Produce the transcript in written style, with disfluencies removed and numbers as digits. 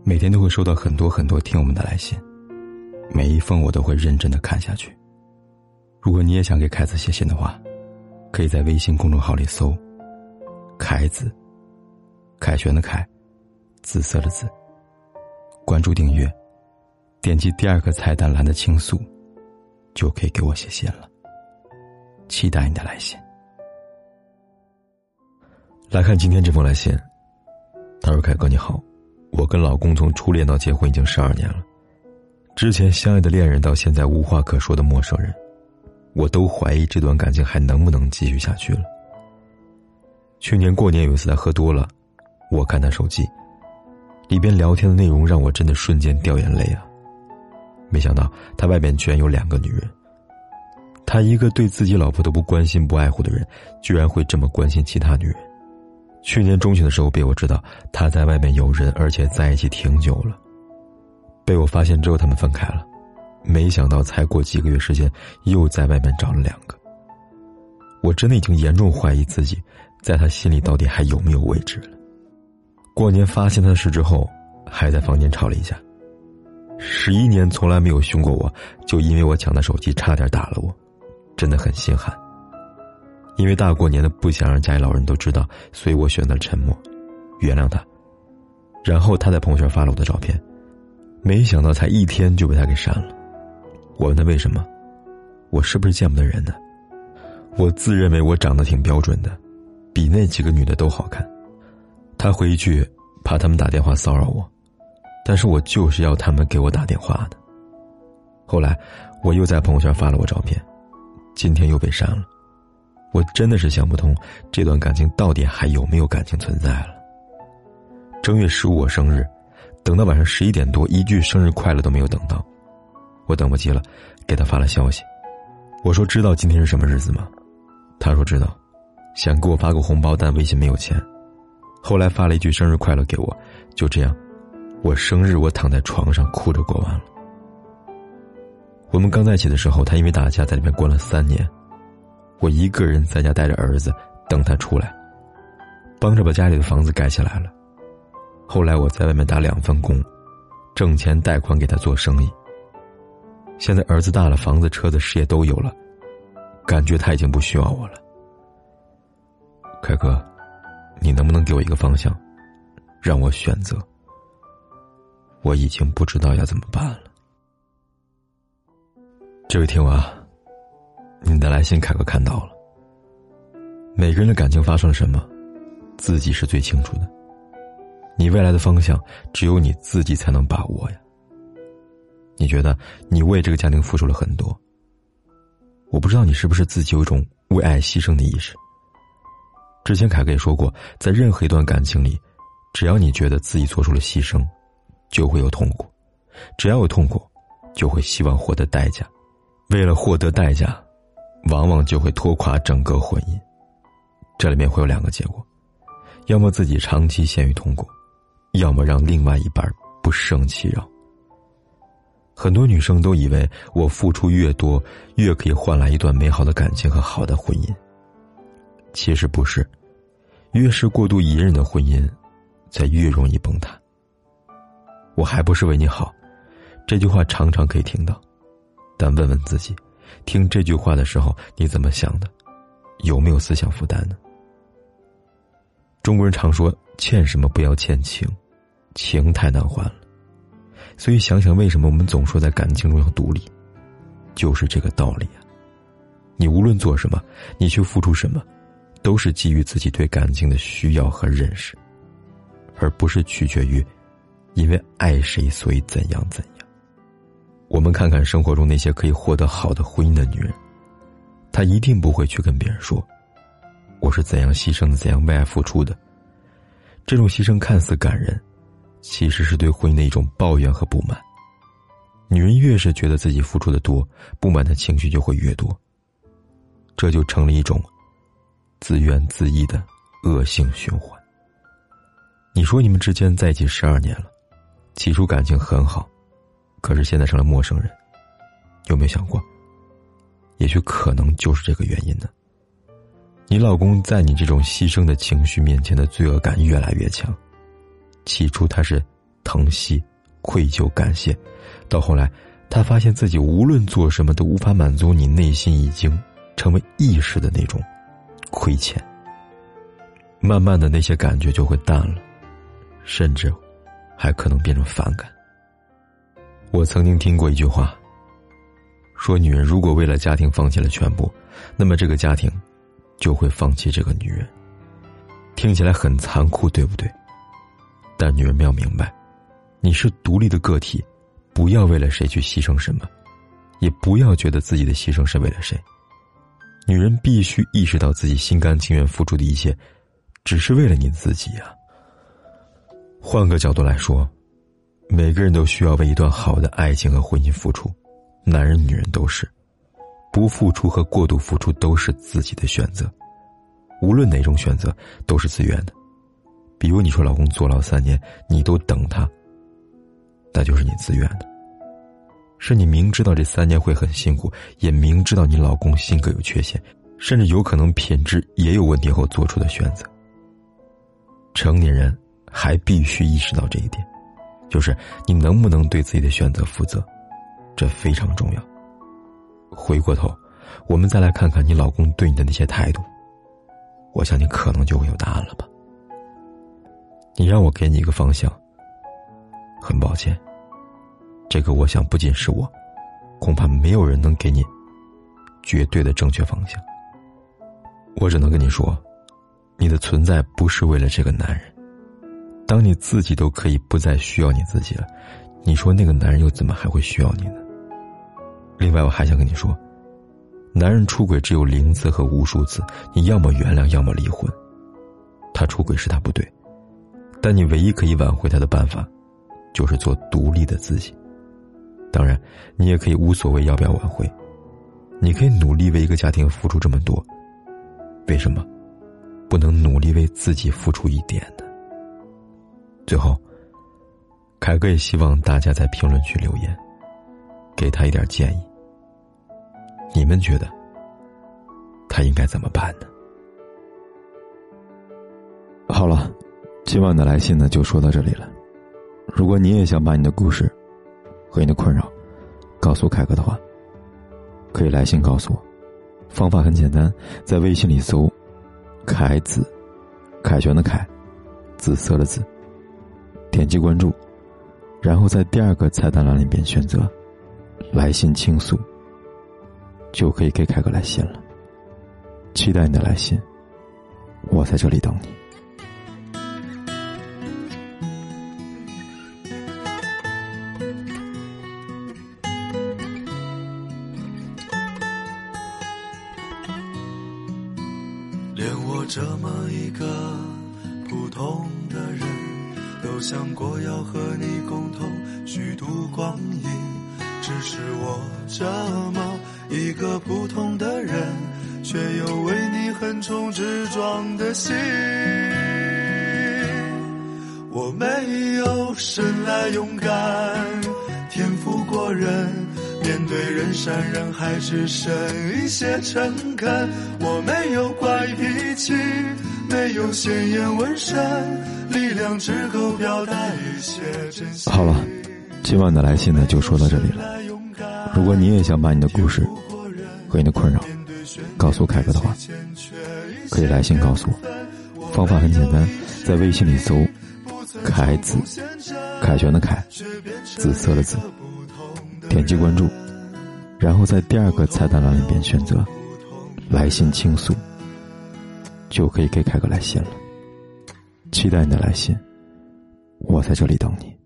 每天都会收到很多很多听友们的来信，每一封我都会认真的看下去。如果你也想给凯子写信的话，可以在微信公众号里搜凯子，凯旋的凯，紫色的紫，关注订阅，点击第二个菜单栏的倾诉，就可以给我写信了。期待你的来信。来看今天这封来信，他说：凯哥你好，我跟老公从初恋到结婚已经12年了，之前相爱的恋人到现在无话可说的陌生人，我都怀疑这段感情还能不能继续下去了。去年过年有一次他喝多了，我看他手机里边聊天的内容让我真的瞬间掉眼泪啊！没想到他外面居然有2个女人，他一个对自己老婆都不关心不爱护的人，居然会这么关心其他女人。去年中旬的时候被我知道他在外面有人，而且在一起挺久了。被我发现之后他们分开了，没想到才过几个月时间又在外面找了2个。我真的已经严重怀疑自己在他心里到底还有没有位置了。过年发现他的事之后，还在房间吵了一架。11年从来没有凶过我，就因为我抢他手机差点打了我，真的很心寒。因为大过年的不想让家里老人都知道，所以我选择了沉默，原谅他。然后他在朋友圈发了我的照片，没想到才1天就被他给删了。我问他为什么，我是不是见不得人呢？我自认为我长得挺标准的，比那几个女的都好看。他回一句怕他们打电话骚扰我，但是我就是要他们给我打电话的。后来我又在朋友圈发了我照片，今天又被删了。我真的是想不通这段感情到底还有没有感情存在了。正月15我生日，等到晚上11点多一句生日快乐都没有等到，我等不及了，给他发了消息。我说知道今天是什么日子吗？他说知道，想给我发个红包，但微信没有钱。后来发了一句生日快乐给我，就这样，我生日我躺在床上哭着过完了。我们刚在一起的时候，他因为打架在里面关了3年，我一个人在家带着儿子等他出来，帮着把家里的房子盖起来了。后来我在外面打2份工，挣钱贷款给他做生意。现在儿子大了，房子车子事业都有了，感觉他已经不需要我了。凯哥，你能不能给我一个方向，让我选择？我已经不知道要怎么办了。这位听友啊，你的来信凯哥看到了。每个人的感情发生了什么，自己是最清楚的。你未来的方向只有你自己才能把握呀。你觉得你为这个家庭付出了很多，我不知道你是不是自己有一种为爱牺牲的意识。之前凯哥也说过，在任何一段感情里，只要你觉得自己做出了牺牲，就会有痛苦，只要有痛苦，就会希望获得代价，为了获得代价，往往就会拖垮整个婚姻。这里面会有2个结果，要么自己长期陷于痛苦，要么让另外一半不胜其扰。很多女生都以为我付出越多，越可以换来一段美好的感情和好的婚姻。其实不是，越是过度隐忍的婚姻，才越容易崩塌。我还不是为你好，这句话常常可以听到，但问问自己，听这句话的时候你怎么想的，有没有思想负担呢？中国人常说欠什么不要欠情，情太难还了。所以想想为什么我们总说在感情中要独立，就是这个道理啊。你无论做什么，你去付出什么，都是基于自己对感情的需要和认识，而不是取决于因为爱谁所以怎样怎样。我们看看生活中那些可以获得好的婚姻的女人，她一定不会去跟别人说我是怎样牺牲的，怎样为爱付出的。这种牺牲看似感人，其实是对婚姻的一种抱怨和不满。女人越是觉得自己付出的多，不满的情绪就会越多，这就成了一种自怨自艾的恶性循环。你说你们之间在一起12年了，起初感情很好，可是现在成了陌生人，有没有想过，也许可能就是这个原因呢？你老公在你这种牺牲的情绪面前的罪恶感越来越强，起初他是疼惜、愧疚、感谢，到后来他发现自己无论做什么都无法满足你内心已经成为意识的那种亏欠。慢慢的那些感觉就会淡了，甚至还可能变成反感。我曾经听过一句话，说女人如果为了家庭放弃了全部，那么这个家庭就会放弃这个女人。听起来很残酷，对不对？但女人们要明白，你是独立的个体，不要为了谁去牺牲什么，也不要觉得自己的牺牲是为了谁。女人必须意识到自己心甘情愿付出的一切只是为了你自己啊。换个角度来说，每个人都需要为一段好的爱情和婚姻付出，男人女人都是，不付出和过度付出都是自己的选择，无论哪种选择都是自愿的。比如你说老公坐牢3年你都等他，那就是你自愿的，是你明知道这3年会很辛苦，也明知道你老公性格有缺陷，甚至有可能品质也有问题后做出的选择。成年人还必须意识到这一点，就是你能不能对自己的选择负责，这非常重要。回过头，我们再来看看你老公对你的那些态度，我想你可能就会有答案了吧。你让我给你一个方向，很抱歉，这个我想不仅是我，恐怕没有人能给你绝对的正确方向。我只能跟你说，你的存在不是为了这个男人，当你自己都可以不再需要你自己了，你说那个男人又怎么还会需要你呢？另外我还想跟你说，男人出轨只有0次和无数次，你要么原谅要么离婚。他出轨是他不对，但你唯一可以挽回他的办法就是做独立的自己。当然你也可以无所谓要不要挽回，你可以努力为一个家庭付出这么多，为什么不能努力为自己付出一点呢？最后，凯哥也希望大家在评论区留言，给他一点建议。你们觉得他应该怎么办呢？好了，今晚的来信呢就说到这里了。如果你也想把你的故事和你的困扰告诉凯哥的话，可以来信告诉我。方法很简单，在微信里搜凯子，凯旋的凯，紫色的紫，点击关注，然后在第2个菜单栏里边选择来信倾诉，就可以给凯哥来信了。期待你的来信，我在这里等你。 连我这么一个普通的人，都想过要和你共同虚度光阴，只是我这么一个普通的人，却有为你横冲直撞的心。我没有生来勇敢，天赋过人，面对人山人海只剩一些诚恳。我没有怪脾气，没有鲜艳纹身，力量只够表达一些真心。 好了，今晚的来信呢就说到这里了。如果你也想把你的故事和你的困扰告诉凯哥的话，可以来信告诉我。方法很简单，在微信里搜凯子，凯旋的凯，紫色的紫，点击关注，然后在第2个菜单栏里边选择来信倾诉，就可以给凯哥来信了。期待你的来信，我在这里等你。